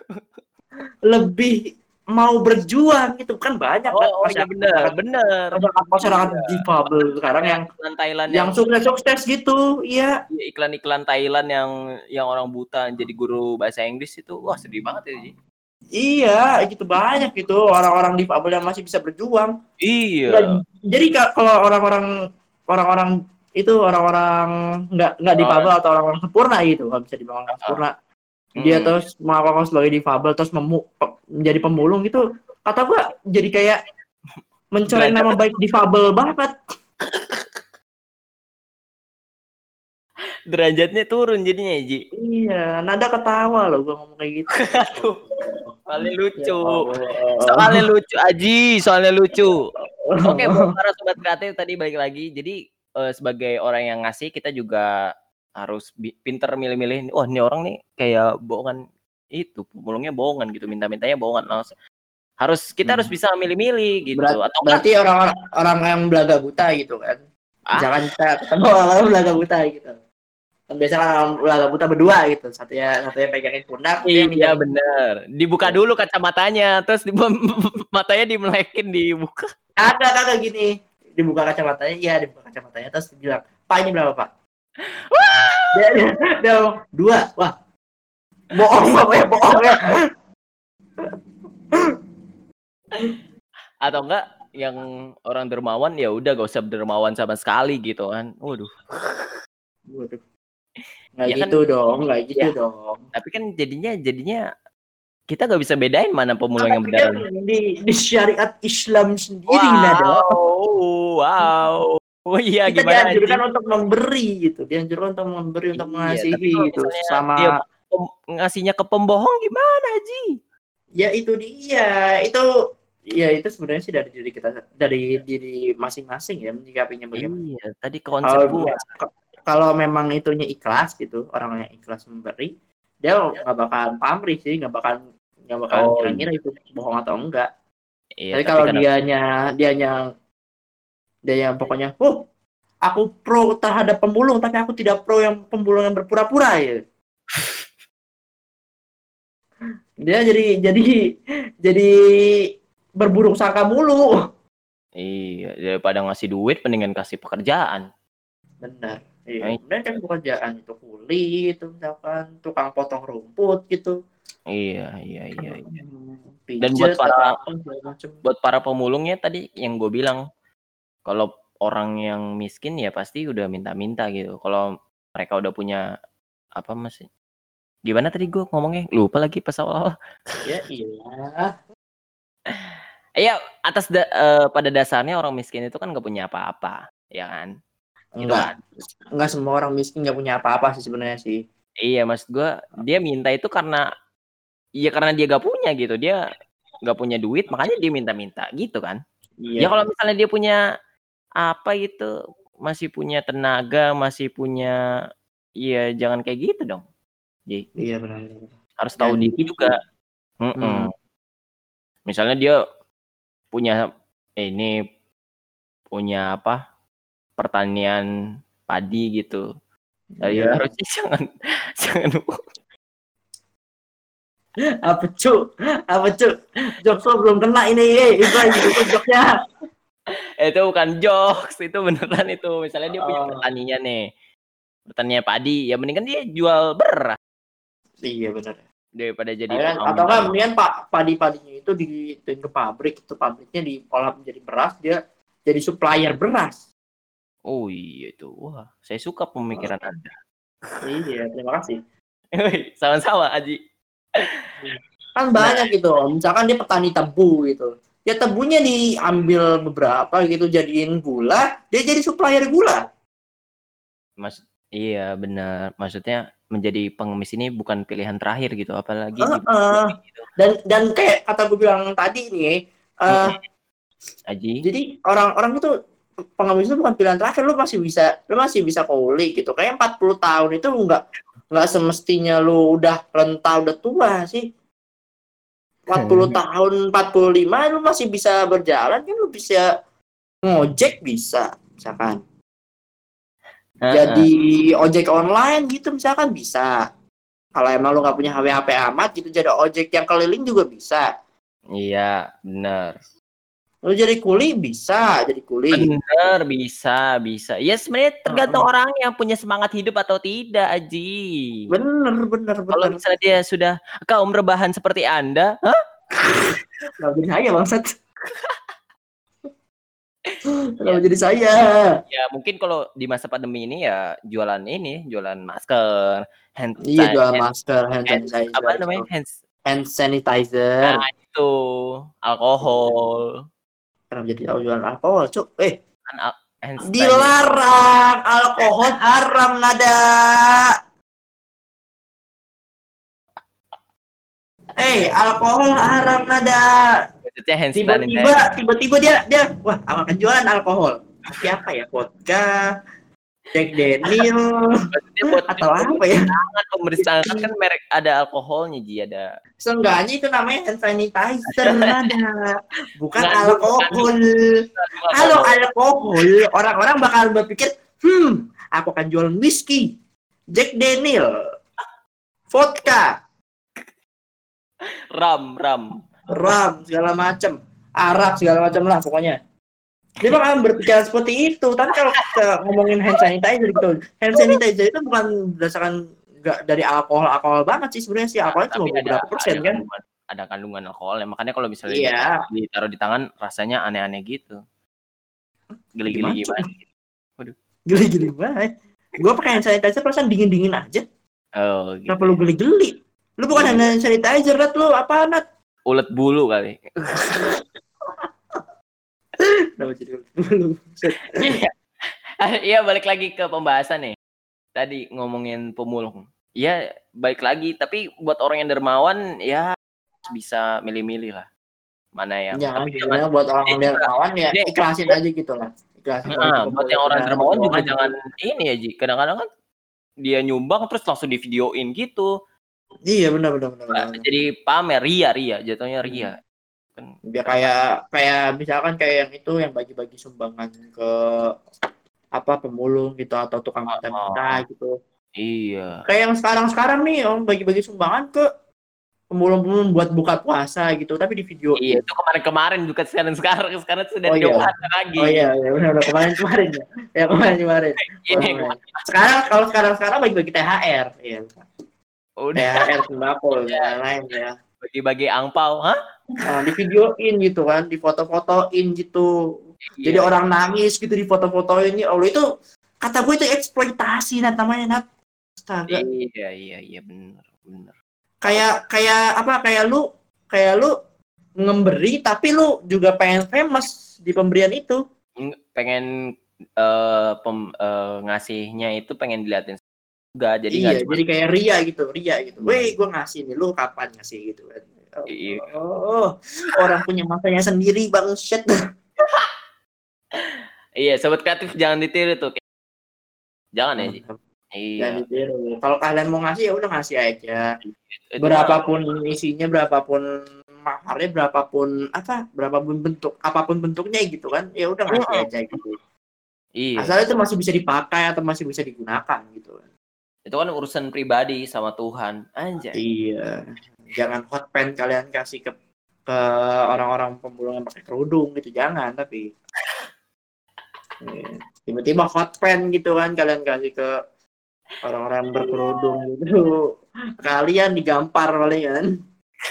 lebih mau berjuang gitu kan, banyak oh, kan oh iya benar, benar. masyarakat difabel sekarang yang Thailand yang, yang sukses-sukses gitu, iya. Iklan-iklan Thailand yang yang orang buta jadi guru bahasa Inggris itu, wah sedih banget ya, Ji. Iya, gitu banyak gitu orang-orang difabel yang masih bisa berjuang. Iya. Nah, jadi kalau orang-orang orang-orang itu orang-orang nggak nggak difabel atau orang-orang sempurna gitu, nggak bisa dibilang orang sempurna. Dia hmm. terus mengaku sebagai difabel terus memu, menjadi pemulung gitu, kata gua jadi kayak mencoreng nama baik difabel banget. Derajatnya turun jadinya, Ji. Iya, nada ketawa loh gua ngomong kayak gitu. Aduh, soalnya lucu. Soalnya lucu, Aji, soalnya lucu. Oke, buat para sobat kreatif tadi balik lagi. Jadi uh, sebagai orang yang ngasih, kita juga harus pinter milih-milih. Wah, ini orang nih kayak bohongan itu, pemulungnya bohongan gitu, minta-mintanya bohongan. Harus kita hmm. harus bisa milih-milih gitu. Berat, atau berarti kan orang orang yang belaga buta gitu kan. Ah? Jangan kita ketemu orang belaga buta gitu. Kan biasa orang belaga buta berdua gitu. Satunya satunya pegangin pundak, iya benar. Dibuka dulu kacamatanya, terus di, matanya dimelekin dibuka. Ada kagak gini. Dibuka kacamatanya, iya dibuka kacamatanya terus bilang, "Pak, ini berapa, Pak?" dia, dia, dia dua. Wah. Bohong apa ya, bohong ya. Atau enggak yang orang dermawan ya udah gak usah dermawan sama sekali gitu kan. Waduh. Waduh. Nggak ya gitu kan, dong, nggak gitu ya, dong. Tapi kan jadinya jadinya kita nggak bisa bedain mana pemulung yang benar. Di, di syariat Islam sendiri wow, ada. Wow. Oh iya, kita gimana dianjurkan aja? Untuk memberi gitu, dianjurkan untuk memberi, iya, untuk mengasihi gitu. Sama dia ngasihnya ke pembohong gimana, Ji? Ya itu dia, itu ya itu sebenarnya sih dari diri kita, dari diri masing-masing ya menyikapinya bagaimana. Iya, tadi konsep kalau, ya, kalau memang itunya ikhlas gitu, orang yang ikhlas memberi, dia nggak bakalan pamrih sih, nggak bakalan nggak bakalan oh, kira-kira iya. Itu bohong atau enggak. Iya, tapi, tapi kalau dianya dianya dia yang pokoknya, oh aku pro terhadap pemulung, tapi aku tidak pro yang pemulung yang berpura-pura ya. Dia jadi jadi jadi berburuk sangka mulu. Iya, daripada ngasih duit mendingan kasih pekerjaan. Benar. Iya, benar kan pekerjaan itu kuli itu misalkan tukang potong rumput gitu. Iya, iya, iya, iya. Dan buat para buat para pemulungnya tadi yang gue bilang, kalau orang yang miskin ya pasti udah minta-minta gitu. Kalau mereka udah punya apa masih Gimana tadi gue ngomongnya? Lupa lagi pas awal. Ya iya. Iya, atas da- eh, pada dasarnya orang miskin itu kan nggak punya apa-apa, ya kan? Gitu kan? Enggak. Enggak semua orang miskin nggak punya apa-apa sih sebenarnya sih. Iya, maksud gue dia minta itu karena, iya karena dia gak punya gitu, dia nggak punya duit, makanya dia minta-minta gitu kan? Ya Iya. kalau misalnya dia punya apa gitu, masih punya tenaga, masih punya, iya jangan kayak gitu dong. Ji. Iya benar. Harus tahu Dan diri itu. juga. Hmm. Mm-mm. Misalnya dia punya eh, ini punya apa pertanian padi gitu. Ya Iya. harusnya jangan jangan Apa cu? Apa cu? Jokes lo belum kena ini. Eh, itu aja itu jokesnya. itu bukan jokes, itu beneran itu. Misalnya dia punya Oh. pertanian nih. Pertanian padi, ya mendingan dia jual beras Iya benar. daripada jadi Kan, tukang atau kan minta-minta. mendingan pak padi-padinya itu dituin ke pabrik, itu pabriknya diolah menjadi beras, dia jadi supplier beras. Oh iya itu. Wah, saya suka pemikiran Anda. Iya, terima kasih. Sama-sama, Aji. Kan banyak gitu, misalkan dia petani tebu gitu. Ya tebunya diambil beberapa gitu jadiin gula, dia jadi supplier gula. Mas, iya benar. Maksudnya menjadi pengemis ini bukan pilihan terakhir gitu, apalagi Uh, di uh. gitu. Dan dan kayak kata gue bilang tadi nih, uh, Aji. jadi orang-orang itu pengemis itu bukan pilihan terakhir, lu masih bisa lu masih bisa kulik gitu. Kayak empat puluh tahun itu nggak nggak semestinya lu udah renta udah tua sih. empat puluh tahun, empat puluh lima lu masih bisa berjalan kan, lu bisa ngojek bisa misalkan. Jadi ojek online gitu misalkan bisa. Kalau emang lu nggak punya H P H P amat gitu, jadi ojek yang keliling juga bisa. Iya, benar. Lu jadi kuli bisa, jadi kuli. Bener, bisa, bisa. Ya sebenarnya tergantung uh-uh. orang yang punya semangat hidup atau tidak, Aji. Bener, bener, bener. Kalau misalnya dia sudah kaum rebahan seperti Anda, hah? Nggak jadi saya, bangsat. Kenapa ya. Jadi saya? Ya mungkin kalau di masa pandemi ini ya jualan ini, jualan masker, hand Iya, jualan hand, masker, hand, hand sanitizer. Apa namanya? Hand, hand sanitizer. Nah, itu alkohol. Kenapa jadi tahu jualan alkohol, Cuk? Eh, kan al- dilarang, alkohol haram nada. Eh, alkohol haram nada. Tiba-tiba, tiba-tiba dia dia wah, akan jualan alkohol. Siapa ya? Vodka, Jack Daniel, atau apa ya? Sangat pemeriksaan kan merek ada alkoholnya, Ji, ada. Seenggaknya itu namanya hand sanitizer ada, bukan nah, alkohol. Kalau alkohol, orang-orang bakal berpikir, hmm, aku akan jual whisky, Jack Daniel, vodka, ram, ram, ram segala macam, arak segala macam lah pokoknya. Dia bakal berpikir seperti itu. Tapi kalau kita ngomongin hand sanitizer gitu, hand sanitizer itu bukan berdasarkan nggak dari alkohol alkohol banget sih sebenarnya sih, alkoholnya nah, cuma beberapa persen ada kan. Kandungan, ada kandungan alkohol ya, makanya kalau misalnya yeah. ditaruh di tangan rasanya aneh-aneh gitu. Geli-geli gimana? Waduh. Geli-geli banget. Gua pakai hand sanitizer perasaan dingin-dingin aja. Oh, gitu. Kenapa lu geli-geli? Lu bukan oh, hand sanitizer, Nat, lu apa, Nat? Ulet bulu kali. Iya, balik lagi ke pembahasan nih. Tadi ngomongin pemulung. Iya, balik lagi. Tapi buat orang yang dermawan, ya bisa milih-milih lah. Mana yang... Ya, tapi ya, buat orang yang dermawan ya ikhlasin aja gitu lah. Ikhlasin nah, buat yang orang dermawan juga jangan ini ya, Ji. Kadang-kadang kan dia nyumbang terus langsung di videoin gitu. Iya, benar benar benar. Nah, jadi pamer, ria, ria. Jatuhnya ria. Hmm. Biar kayak kayak misalkan kayak yang itu yang bagi-bagi sumbangan ke apa pemulung gitu atau tukang minta-minta oh, gitu. Iya. Kayak yang sekarang-sekarang nih om bagi-bagi sumbangan ke pemulung-pemulung buat buka puasa gitu, tapi di video. Iya, itu kemarin-kemarin bukan sekarang-sekarang, sekarang sudah oh, iya. lagi. Oh iya, ya benar kemarin-kemarin ya. Ya kemarin-kemarin. Sekarang kalau sekarang-sekarang bagi-bagi T H R, iya. Udah T H R sembako dan lain ya. Bagi-bagi angpau, hah? Nah, di videoin gitu kan, di foto-fotoin gitu. Iya. Jadi orang nangis gitu di foto-fotoin. Oh itu kata gue itu eksploitasi Nat namanya Nat. Astaga. Iya iya iya benar. Bener. Kayak kayak apa? Kayak lu kayak lu ngemberi tapi lu juga pengen famous di pemberian itu. Pengen uh, pem, uh, ngasihnya itu pengen diliatin juga. Jadi iya, cuma... jadi kayak ria gitu, ria gitu. Hmm. Weh, gue ngasih nih, lu kapan ngasih gitu kan? Oh, iya. oh, orang punya masanya sendiri bangset. Iya, sobat kreatif jangan ditiru tuh. Jangan ya, Ji. Iya. Jangan ditiru. Kalau kalian mau ngasih ya udah ngasih aja. Itu berapapun mah. Isinya, berapapun mahalnya, berapapun apa, berapapun bentuk, apapun bentuknya gitu kan. Ya udah ngasih oh. aja gitu. Iya. Asal itu masih bisa dipakai atau masih bisa digunakan gitu kan. Itu kan urusan pribadi sama Tuhan, anjay. Iya. Jangan hot pen kalian kasih ke ke orang-orang pemulung yang pakai kerudung gitu, jangan. Tapi tiba-tiba hot pen gitu kan kalian kasih ke orang-orang berkerudung gitu, kalian digampar palingan.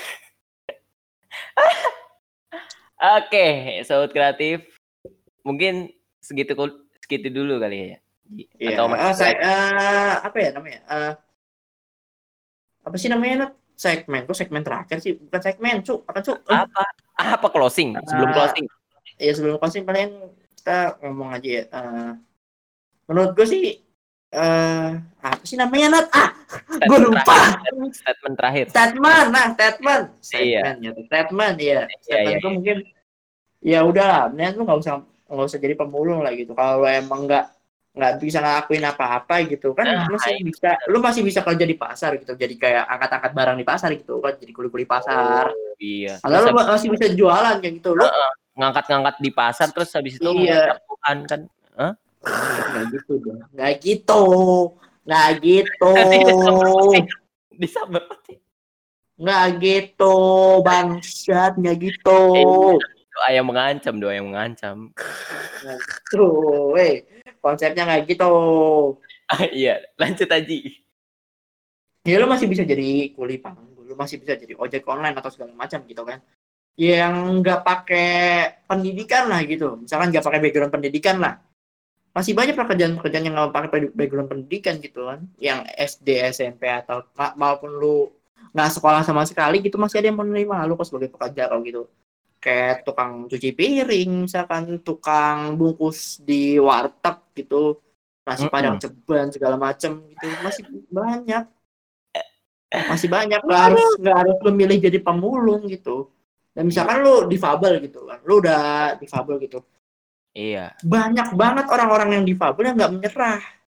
Oke, sobat kreatif, mungkin segitu segitu dulu kali ya. Iya. Atau uh, saya uh, apa ya namanya? Uh, apa sih namanya? Segmen, kok segmen terakhir sih? Bukan segmen, Cuk. Apa, Cuk? Apa? Apa closing? Sebelum uh, closing. Iya, sebelum closing paling kita ngomong aja ya. Uh, menurut gue sih uh, apa sih namanya, Nat? Ah, gue lupa. Terakhir. Statement terakhir. Statement, nah, statement. Statement, iya. ya. Statement, ya. Statement iya, iya. Gue mungkin ya udahlah, mendingan lu nggak usah nggak usah jadi pemulung lah gitu. Kalau emang nggak nggak bisa ngelakuin apa-apa gitu kan, nah, masih ayo. bisa, lu masih bisa kerja di pasar gitu, jadi kayak angkat-angkat barang di pasar gitu kan, jadi kuli-kuli pasar. Oh, iya. Atau lu masih bisa jualan kayak gitu, lu uh, ngangkat-ngangkat di pasar terus habis itu iya. Tuhan kan, huh? Nggak gitu dong, nggak gitu, nggak gitu, bisa berarti nggak gitu, bangsat, nggak gitu. Doa yang mengancam, doa yang mengancam. Tuh, weh. Konsepnya nggak gitu. Ah, iya, lanjut aja. Ya lu masih bisa jadi kuli panggul, lu masih bisa jadi ojek online atau segala macam gitu kan. Yang nggak pakai pendidikan lah gitu. Misalkan nggak pakai background pendidikan lah. Masih banyak pekerjaan-pekerjaan yang nggak pakai background pendidikan gitu kan. Yang S D, S M P atau maupun lu nggak sekolah sama sekali gitu, masih ada yang menerima lu kok sebagai pekerja kalau gitu. Kayak tukang cuci piring, misalkan tukang bungkus di warteg gitu, nasi mm-hmm. padang ceban segala macam gitu, masih banyak, masih banyak. Nggak harus nggak harus lu milih jadi pemulung gitu. Dan misalkan lu difabel gitu kan, lu udah difabel gitu, iya. Banyak banget orang-orang yang difabel yang nggak menyerah.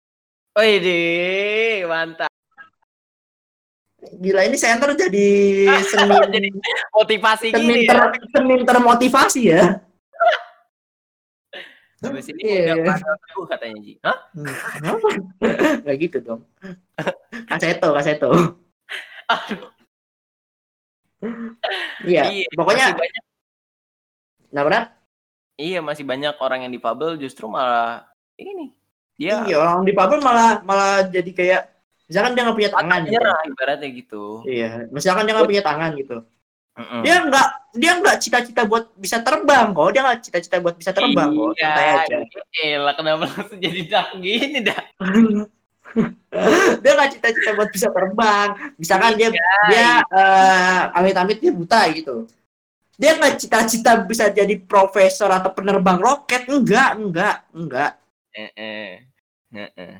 Wih, mantap. Gila, ini center jadi senin jadi motivasi senin gini ter, ya. Senin termotivasi ya. Habis ini yeah. Udah pada katanya Ji. Hah? Kenapa? Gak gitu dong. Kaseto, kaseto. Aduh. Iya, iya, pokoknya masih banyak. Nah, benar? Iya, masih banyak orang yang difabel justru malah ini. Dia Iya, orang difabel malah malah jadi kayak misalkan dia nggak punya tangan gitu. Nyerah ibaratnya gitu. Iya, misalkan dia nggak punya tangan gitu. Mm-mm. Dia nggak dia nggak cita-cita buat bisa terbang kok. Dia nggak cita-cita buat bisa terbang kok. Santai aja. Iya, kenapa langsung jadi dak gini dah? Dia nggak cita-cita buat bisa terbang. Misalkan dia dia uh, amit-amit dia buta gitu. Dia nggak cita-cita bisa jadi profesor atau penerbang roket. Enggak, enggak, enggak. Eh, eh, eh, eh.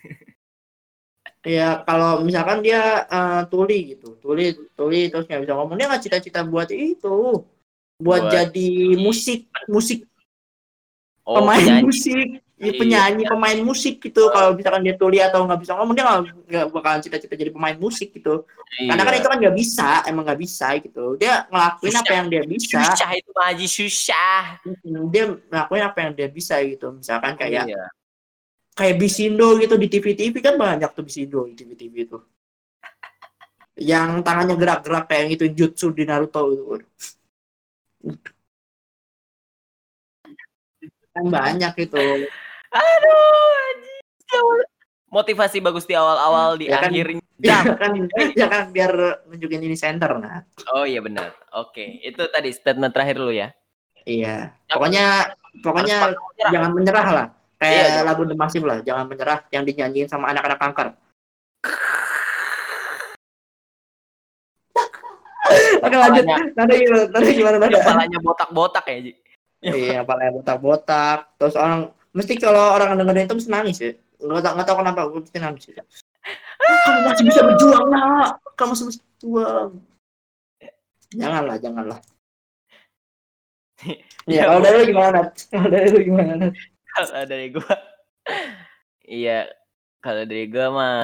Ya kalau misalkan dia uh, tuli gitu, tuli tuli terus nggak bisa ngomong, dia nggak cita-cita buat itu, buat, buat jadi musik musik oh, pemain penyanyi. musik, iya. penyanyi pemain musik gitu. Oh. Kalau misalkan dia tuli atau nggak bisa ngomong, dia nggak bakalan cita-cita jadi pemain musik gitu. Iya. Karena kan itu kan nggak bisa, emang nggak bisa gitu. Dia ngelakuin susah. Apa yang dia bisa. Susah itu Haji, susah. Dia ngelakuin apa yang dia bisa gitu. Misalkan kayak. Iya. Kayak Bisindo gitu di T V-T V kan banyak tuh Bisindo di T V-T V itu. Yang tangannya gerak-gerak kayak itu jutsu di Naruto itu. Kan banyak itu. Aduh, motivasi bagus di awal-awal, di ya akhirin. Kan, ya kan, ya kan biar nunjukin ini center nah. Oh iya benar. Oke, itu tadi statement terakhir lu ya. Iya. Pokoknya pokoknya jangan menyerah lah. Kayak iya, lagu The Massive lah, jangan menyerah yang dinyanyiin sama anak-anak kanker. Oke lanjut. Nanti gimana? Nanti gimana? Kepalanya botak-botak ya, Ji. Iya, kepalanya botak-botak. Terus orang mesti kalau orang dengerin itu mesti nangis ya. Nggak nggak tahu kenapa gue mesti nangis. Ya. Kamu masih bisa berjuang nak. Kamu masih bisa berjuang. Janganlah, janganlah. Iya, kalau dari lu gimana? Kalau dari lu gimana? Kalau dari gue, iya, kalau dari gue mah,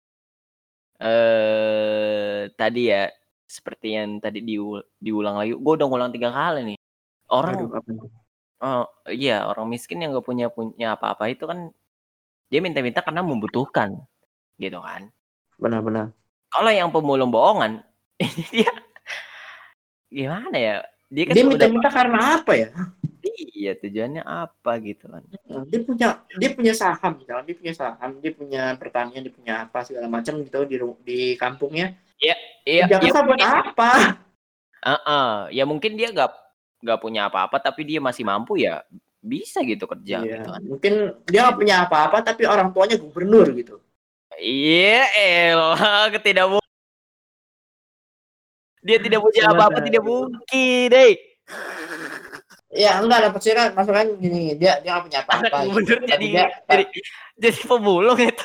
eh tadi ya, seperti yang tadi diul- diulang lagi. Gue udah ngulang tiga kali nih. Orang, Aduh, apa nih? oh iya, orang miskin yang gak punya punya apa-apa itu kan dia minta-minta karena membutuhkan, gitu kan. Benar-benar. Kalau yang pemulung bohongan, ini dia gimana ya? Dia kan Dia udah minta-minta karena apa ya? iya tujuannya apa gitu kan? Dia punya dia punya saham, misalnya dia punya saham, dia punya pertanian, dia punya apa segala macam gitu di ru- di kampungnya. Iya, iya, Di iya. Jakarta buat apa? Uh-uh. Ya mungkin dia gak nggak punya apa-apa tapi dia masih mampu ya bisa gitu kerja Iya, gitu kan. mungkin dia nggak punya apa-apa tapi orang tuanya gubernur gitu. Iya, elah ketidak mungkin. Dia tidak punya Coba apa-apa dah. tidak mungkin, deh. Ya enggak dapat sih kan, maksudnya gini, dia dia nggak punya Anak apa-apa. gubernur Gitu. jadi Tapi dia jadi jadi pemulung itu.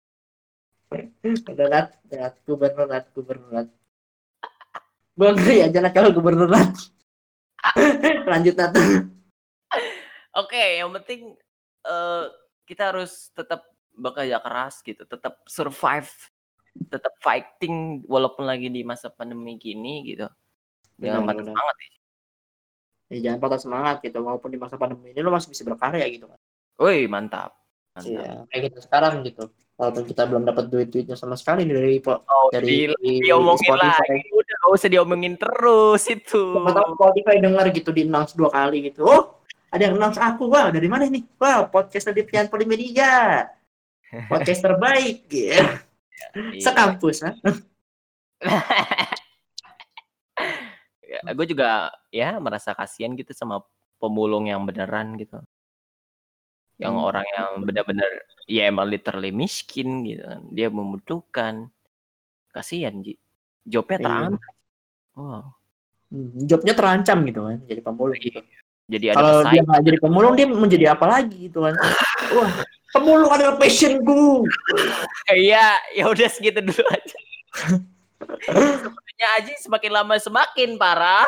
udah nat, nat gubernur nat gubernur nat. Gue ngeri aja nak kalau gubernur nat. Lanjut nat. Oke, yang penting eh, kita harus tetap bekerja keras gitu, tetap survive, tetap fighting walaupun lagi di masa pandemi gini gitu. Jangan patah Benar-benar. semangat ya. Ya, jangan patah semangat gitu, walaupun di masa pandemi ini lo masih bisa berkarya gitu kan. Woi, mantap. Mantap. Iya, kayak kita sekarang gitu. Walaupun kita belum dapat duit-duitnya sama sekali dari po- Oh, dari di, diomongin Spotify. lagi. Udah gak usah diomongin terus itu. Siapa tahu Spotify dengar gitu di announce dua kali gitu. Oh, ada yang announce aku. Wah, dari mana nih? Wah, podcast dari Pian Polimedia. Podcast terbaik gitu. Iya. Sekampus, ha? Ya, gue juga ya merasa kasihan gitu sama pemulung yang beneran gitu. Yang Hmm. orang yang benar-benar ya emang literally miskin gitu kan. Dia membutuhkan. Kasihan, Ji. Jobnya Iya. terancam. Wow. Hmm, jobnya terancam gitu kan, jadi pemulung gitu. Jadi ada Kalau dia pesaing. nggak jadi pemulung, dia menjadi apa lagi gitu kan? Wah, pemulung adalah passionku. Iya, ya udah segitu dulu aja. Sepertinya Aji semakin lama semakin parah.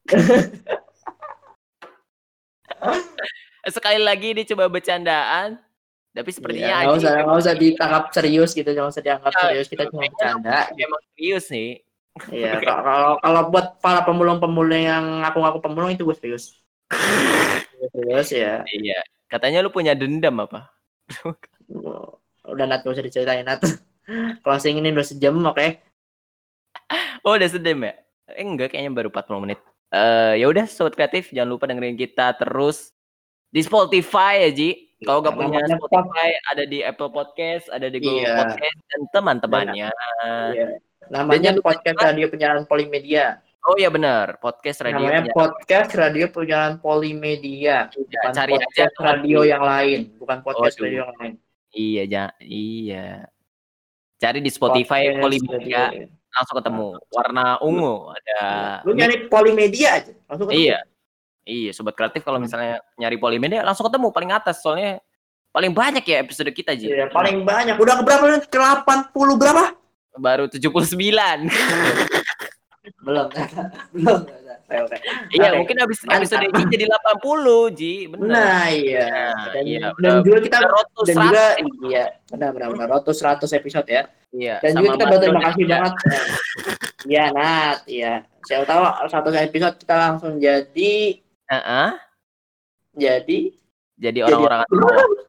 Sekali lagi dia coba bercandaan, tapi sepertinya Iya, nggak Aji usah nggak usah ditangkap serius gitu, nggak usah dianggap Ya, serius, kita cuma kayaknya bercanda. emang serius nih. Iya, kalau kalau kalau buat para pemulung-pemulung yang ngaku-ngaku pemulung itu gue serius. Gue serius ya. Iya, katanya lu punya dendam apa? Udah Nat, gak usah diceritain Nat. Closing ini udah sejam, oke? Okay? Oh, udah sedem ya? Eh, enggak, kayaknya baru empat puluh menit. Eh, ya udah sobat kreatif, jangan lupa dengerin kita terus di Spotify ya, Ji. Kalau nggak punya Namanya Spotify, ada di Apple Podcast, ada di Google Iya. Podcast dan teman-temannya. Iya. Namanya jangan lupa podcast juga- radio penyiaran Polimedia. Oh iya benar, podcast radio. Namanya penyiaran- podcast radio penyiaran Polimedia. Iya, Bukan cari aja podcast di- radio yang lain, bukan podcast Waduh. radio yang lain. Iya, ja, iya. Cari di Spotify Podcast Polimedia, radio. langsung ketemu. Warna ungu ada. Lu nyari Polimedia aja, langsung ketemu. Iya. Iya, sobat kreatif kalau misalnya nyari Polimedia langsung ketemu paling atas soalnya paling banyak ya episode kita, Ji. Iya, paling banyak. Udah ke berapa? Ke delapan puluh berapa? Baru tujuh puluh sembilan. Belum. Belum. Oke, oke. Iya, Oke. mungkin habis Mantap. episode ini jadi delapan puluh, Ji. Benar. Nah, iya. Nah, Dan, iya, dan udah- juga kita udah road to dan juga seratus. iya, benar benar benar road to seratus episode ya. Iya, Dan sama juga kita Mas berterima Doni kasih juga. banget. Iya, Nat, iya. Siapa tahu satu episode kita langsung jadi Heeh. jadi Jadi orang-orang jadi,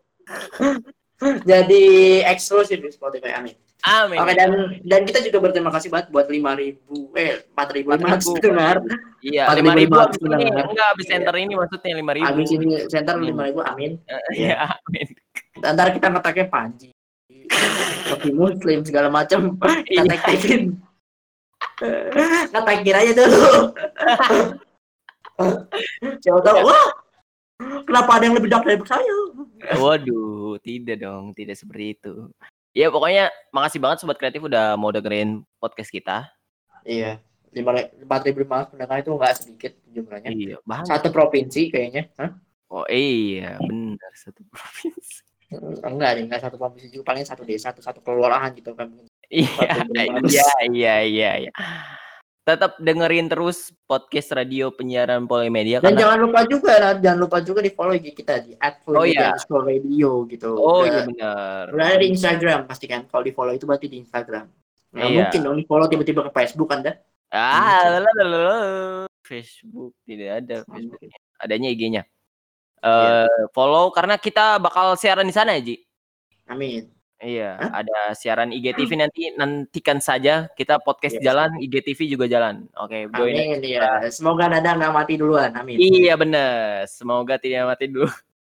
jadi eksklusif di Spotify, amin. Amin. Oke, dan dan kita juga berterima kasih banget buat lima ribu eh empat ribu lima ratus pendengar. Iya, empat lima ribu lima habis ratus ini. pendengar. Enggak, habis center ini maksudnya lima ribu. Habis ini center Amin. lima ribu, amin. Iya, amin. Ntar kita ngetaknya Panji, Kopi Muslim segala macam. Iya. Kita tag-tagin. Nge-tagin aja dulu. Siapa tahu, wah, kenapa ada yang lebih dark dari saya? Waduh, tidak dong, tidak seperti itu. Ya pokoknya makasih banget sobat kreatif udah mau dengerin podcast kita. Iya. empat ribu lima ratus pendengar itu nggak sedikit jumlahnya. Iya, banget. Satu provinsi kayaknya. Hah? Oh iya, benar satu provinsi. Enggak nih, enggak satu provinsi juga, paling satu desa atau satu kelurahan gitu kan. Iya, iya, iya, iya, iya. Tetap dengerin terus podcast radio penyiaran Polimedia. Dan karena... jangan lupa juga, jangan lupa juga di follow I G kita di at polimedia underscore radio gitu. Oh udah, iya benar. Udah ada di Instagram pastikan. Kalau di follow itu berarti di Instagram. Nggak iya. mungkin dong di follow tiba-tiba ke Facebook Anda. Ah, lalalala. Facebook tidak ada Facebooknya. Adanya I G-nya. Uh, yeah. Follow karena kita bakal siaran di sana, Ji. Amin. Iya, Hah? Ada siaran I G T V nanti, nantikan saja. Kita podcast yes. jalan, I G T V juga jalan. Oke, okay, amin ya. Semoga Nada nggak mati duluan. Amin. Iya benar. Semoga tidak mati dulu.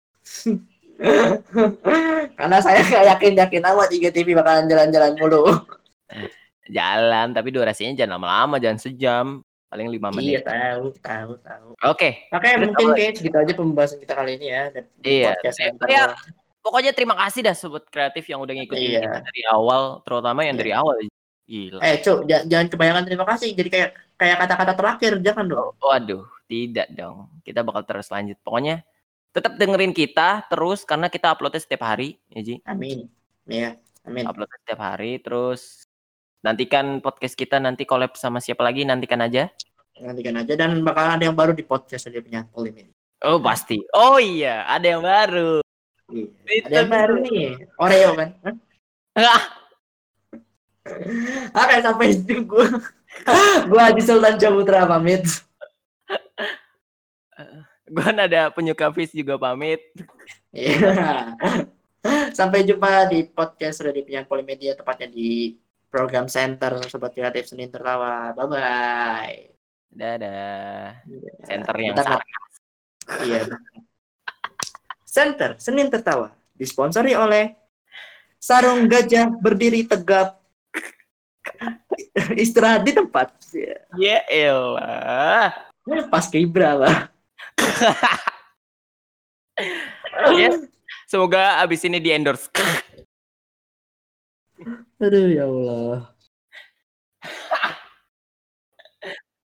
Karena saya nggak yakin-yakin amat I G T V bakalan jalan-jalan mulu. Jalan, tapi durasinya jangan lama-lama, jangan sejam. Paling lima menit. Iya, tahu, tahu, tahu. Oke. Okay. Oke, okay, mungkin kayak segitu aja pembahasan kita kali ini ya. Iya. Ya, pokoknya terima kasih dah sobat kreatif yang udah ngikutin iya. kita dari awal, terutama yang iya. dari awal. Gila. Eh, Cuk, j- jangan kebanyakan terima kasih. Jadi kayak kayak kata-kata terakhir, jangan dong. Waduh, tidak dong. Kita bakal terus lanjut. Pokoknya tetap dengerin kita terus karena kita uploadnya setiap hari, ya Ji. Amin. Iya, amin. Upload setiap hari, terus nantikan podcast kita nanti collab sama siapa lagi, nantikan aja. Nantikan aja, dan bakal ada yang baru di podcast dia punya Polimedia. Oh pasti. Oh iya, ada yang baru. Iya. Ada yang baru nih, Oreo kan? Oke, sampai itu gue. Gue Adi Sultan Caputra pamit. Gue Nada penyuka fish juga pamit. Iya. Sampai jumpa di podcast Radio Penyiaran Polimedia, tepatnya di Program Center Sobat Kreatif Senin Tertawa. Bye-bye. Dadah. Center yang sarkas. Iya. Center Senin Tertawa disponsori oleh Sarung Gajah Berdiri Tegap. Istirahat di tempat. Ya elah. Pas Kibra lah. Ya, semoga abis ini di endorse. Aduh ya Allah.